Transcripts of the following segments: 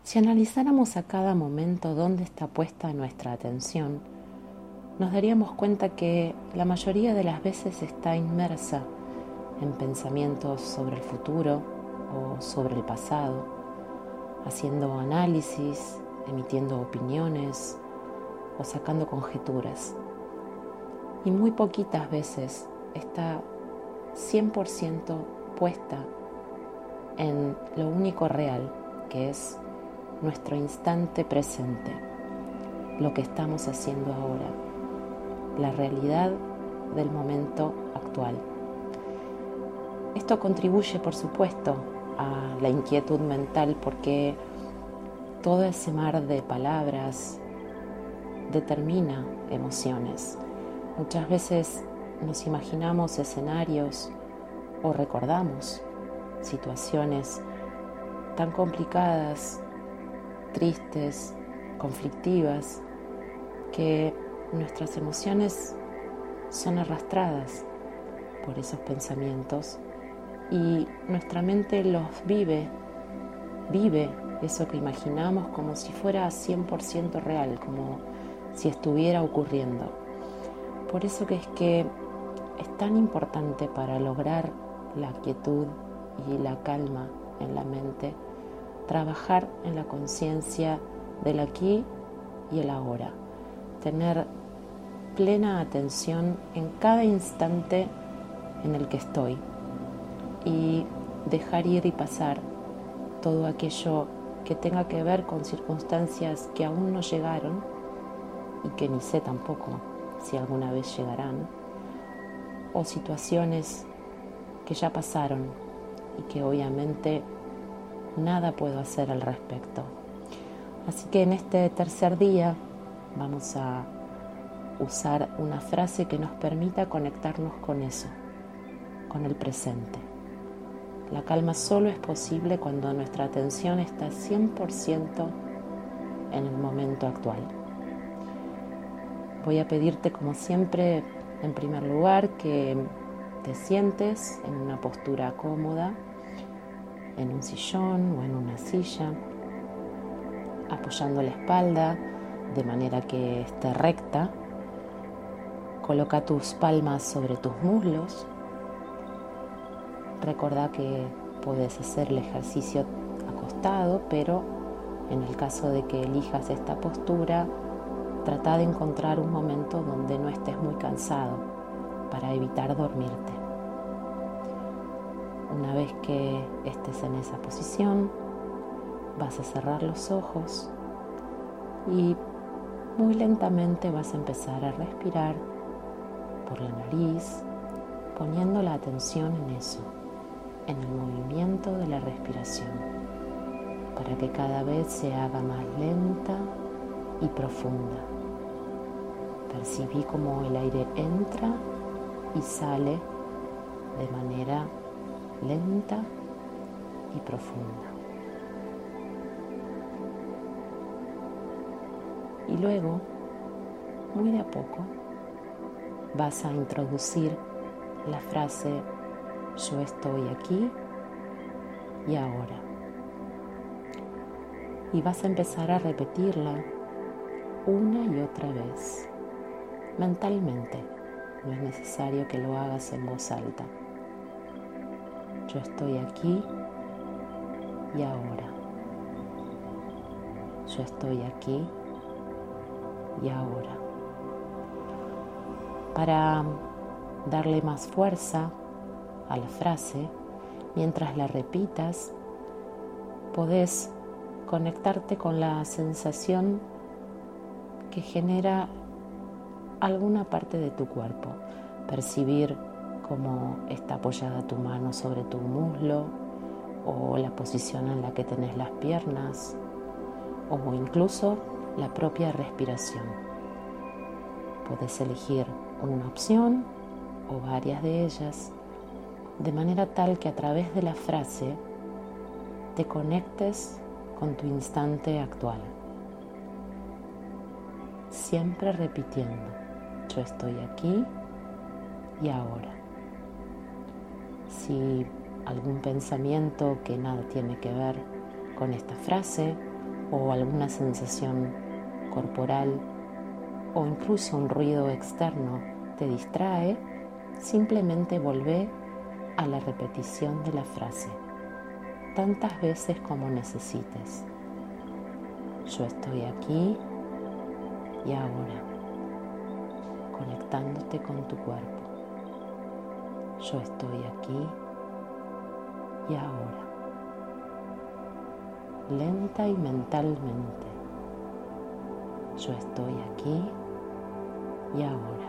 Si analizáramos a cada momento dónde está puesta nuestra atención, nos daríamos cuenta que la mayoría de las veces está inmersa en pensamientos sobre el futuro o sobre el pasado, haciendo análisis, emitiendo opiniones o sacando conjeturas. Y muy poquitas veces está 100% puesta en lo único real, que es nuestro instante presente, lo que estamos haciendo ahora, la realidad del momento actual. Esto contribuye, por supuesto, a la inquietud mental porque todo ese mar de palabras determina emociones. Muchas veces nos imaginamos escenarios o recordamos situaciones tan complicadas, tristes, conflictivas, que nuestras emociones son arrastradas por esos pensamientos y nuestra mente los vive eso que imaginamos como si fuera 100% real, como si estuviera ocurriendo. Por eso que es tan importante para lograr la quietud y la calma en la mente, trabajar en la conciencia del aquí y el ahora, tener plena atención en cada instante en el que estoy y dejar ir y pasar todo aquello que tenga que ver con circunstancias que aún no llegaron y que ni sé tampoco si alguna vez llegarán, o situaciones que ya pasaron y que obviamente nada puedo hacer al respecto. Así que en este tercer día vamos a usar una frase que nos permita conectarnos con eso, con el presente. La calma solo es posible cuando nuestra atención está 100% en el momento actual. Voy a pedirte, como siempre, en primer lugar, que te sientes en una postura cómoda, en un sillón o en una silla, apoyando la espalda de manera que esté recta. Coloca tus palmas sobre tus muslos. Recordá que puedes hacer el ejercicio acostado, pero en el caso de que elijas esta postura, trata de encontrar un momento donde no estés muy cansado para evitar dormirte. Una vez que estés en esa posición, vas a cerrar los ojos y muy lentamente vas a empezar a respirar por la nariz, poniendo la atención en eso, en el movimiento de la respiración, para que cada vez se haga más lenta y profunda. Percibí cómo el aire entra y sale de manera lenta y profunda. Y luego, muy de a poco, vas a introducir la frase "yo estoy aquí y ahora". Y vas a empezar a repetirla una y otra vez, mentalmente. No es necesario que lo hagas en voz alta. Yo estoy aquí y ahora. Yo estoy aquí y ahora. Para darle más fuerza a la frase, mientras la repitas, podés conectarte con la sensación que genera alguna parte de tu cuerpo, percibir cómo está apoyada tu mano sobre tu muslo o la posición en la que tenés las piernas o incluso la propia respiración. Podés elegir una opción o varias de ellas, de manera tal que a través de la frase te conectes con tu instante actual. Siempre repitiendo, yo estoy aquí y ahora. Si algún pensamiento que nada tiene que ver con esta frase o alguna sensación corporal o incluso un ruido externo te distrae, simplemente volvé a la repetición de la frase, tantas veces como necesites. Yo estoy aquí y ahora, conectándote con tu cuerpo. Yo estoy aquí y ahora, lenta y mentalmente. Yo estoy aquí y ahora.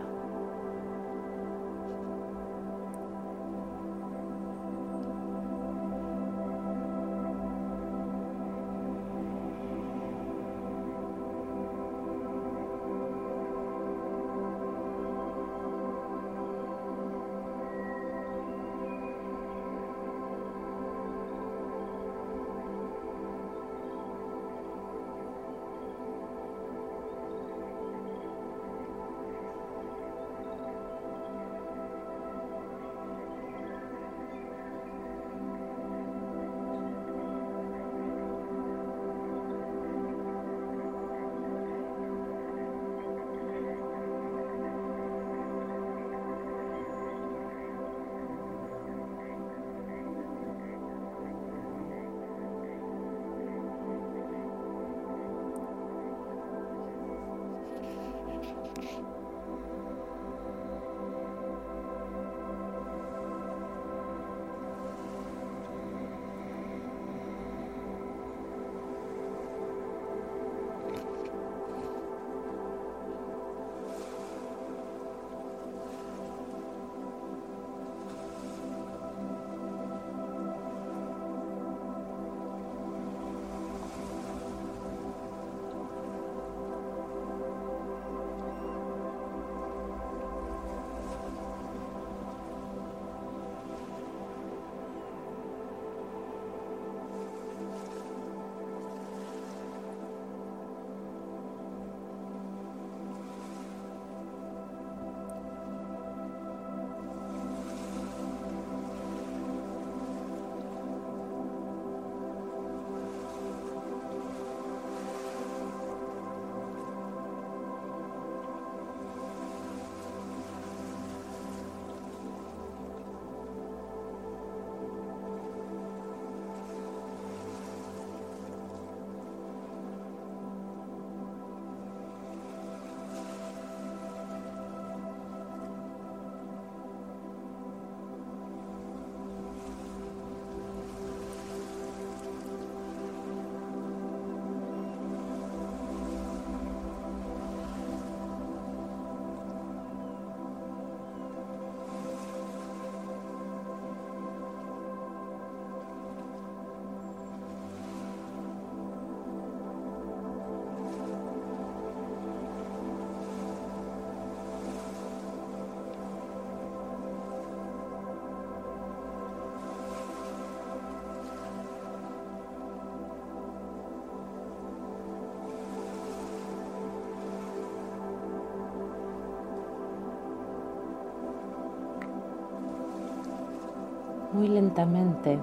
Muy lentamente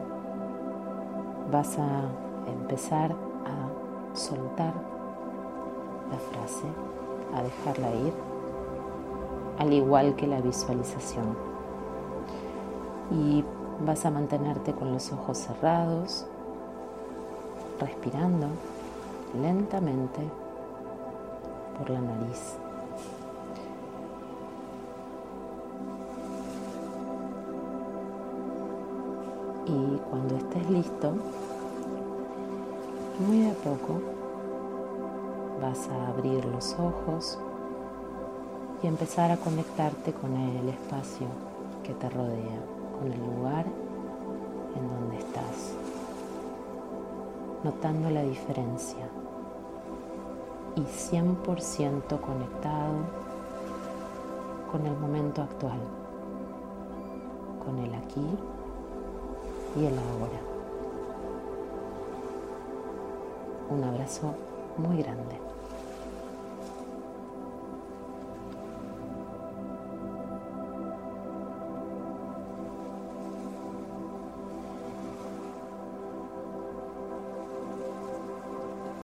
vas a empezar a soltar la frase, a dejarla ir, al igual que la visualización. Y vas a mantenerte con los ojos cerrados, respirando lentamente por la nariz. Y cuando estés listo, muy de a poco vas a abrir los ojos y empezar a conectarte con el espacio que te rodea, con el lugar en donde estás, notando la diferencia y 100% conectado con el momento actual, con el aquí y el ahora. Un abrazo muy grande.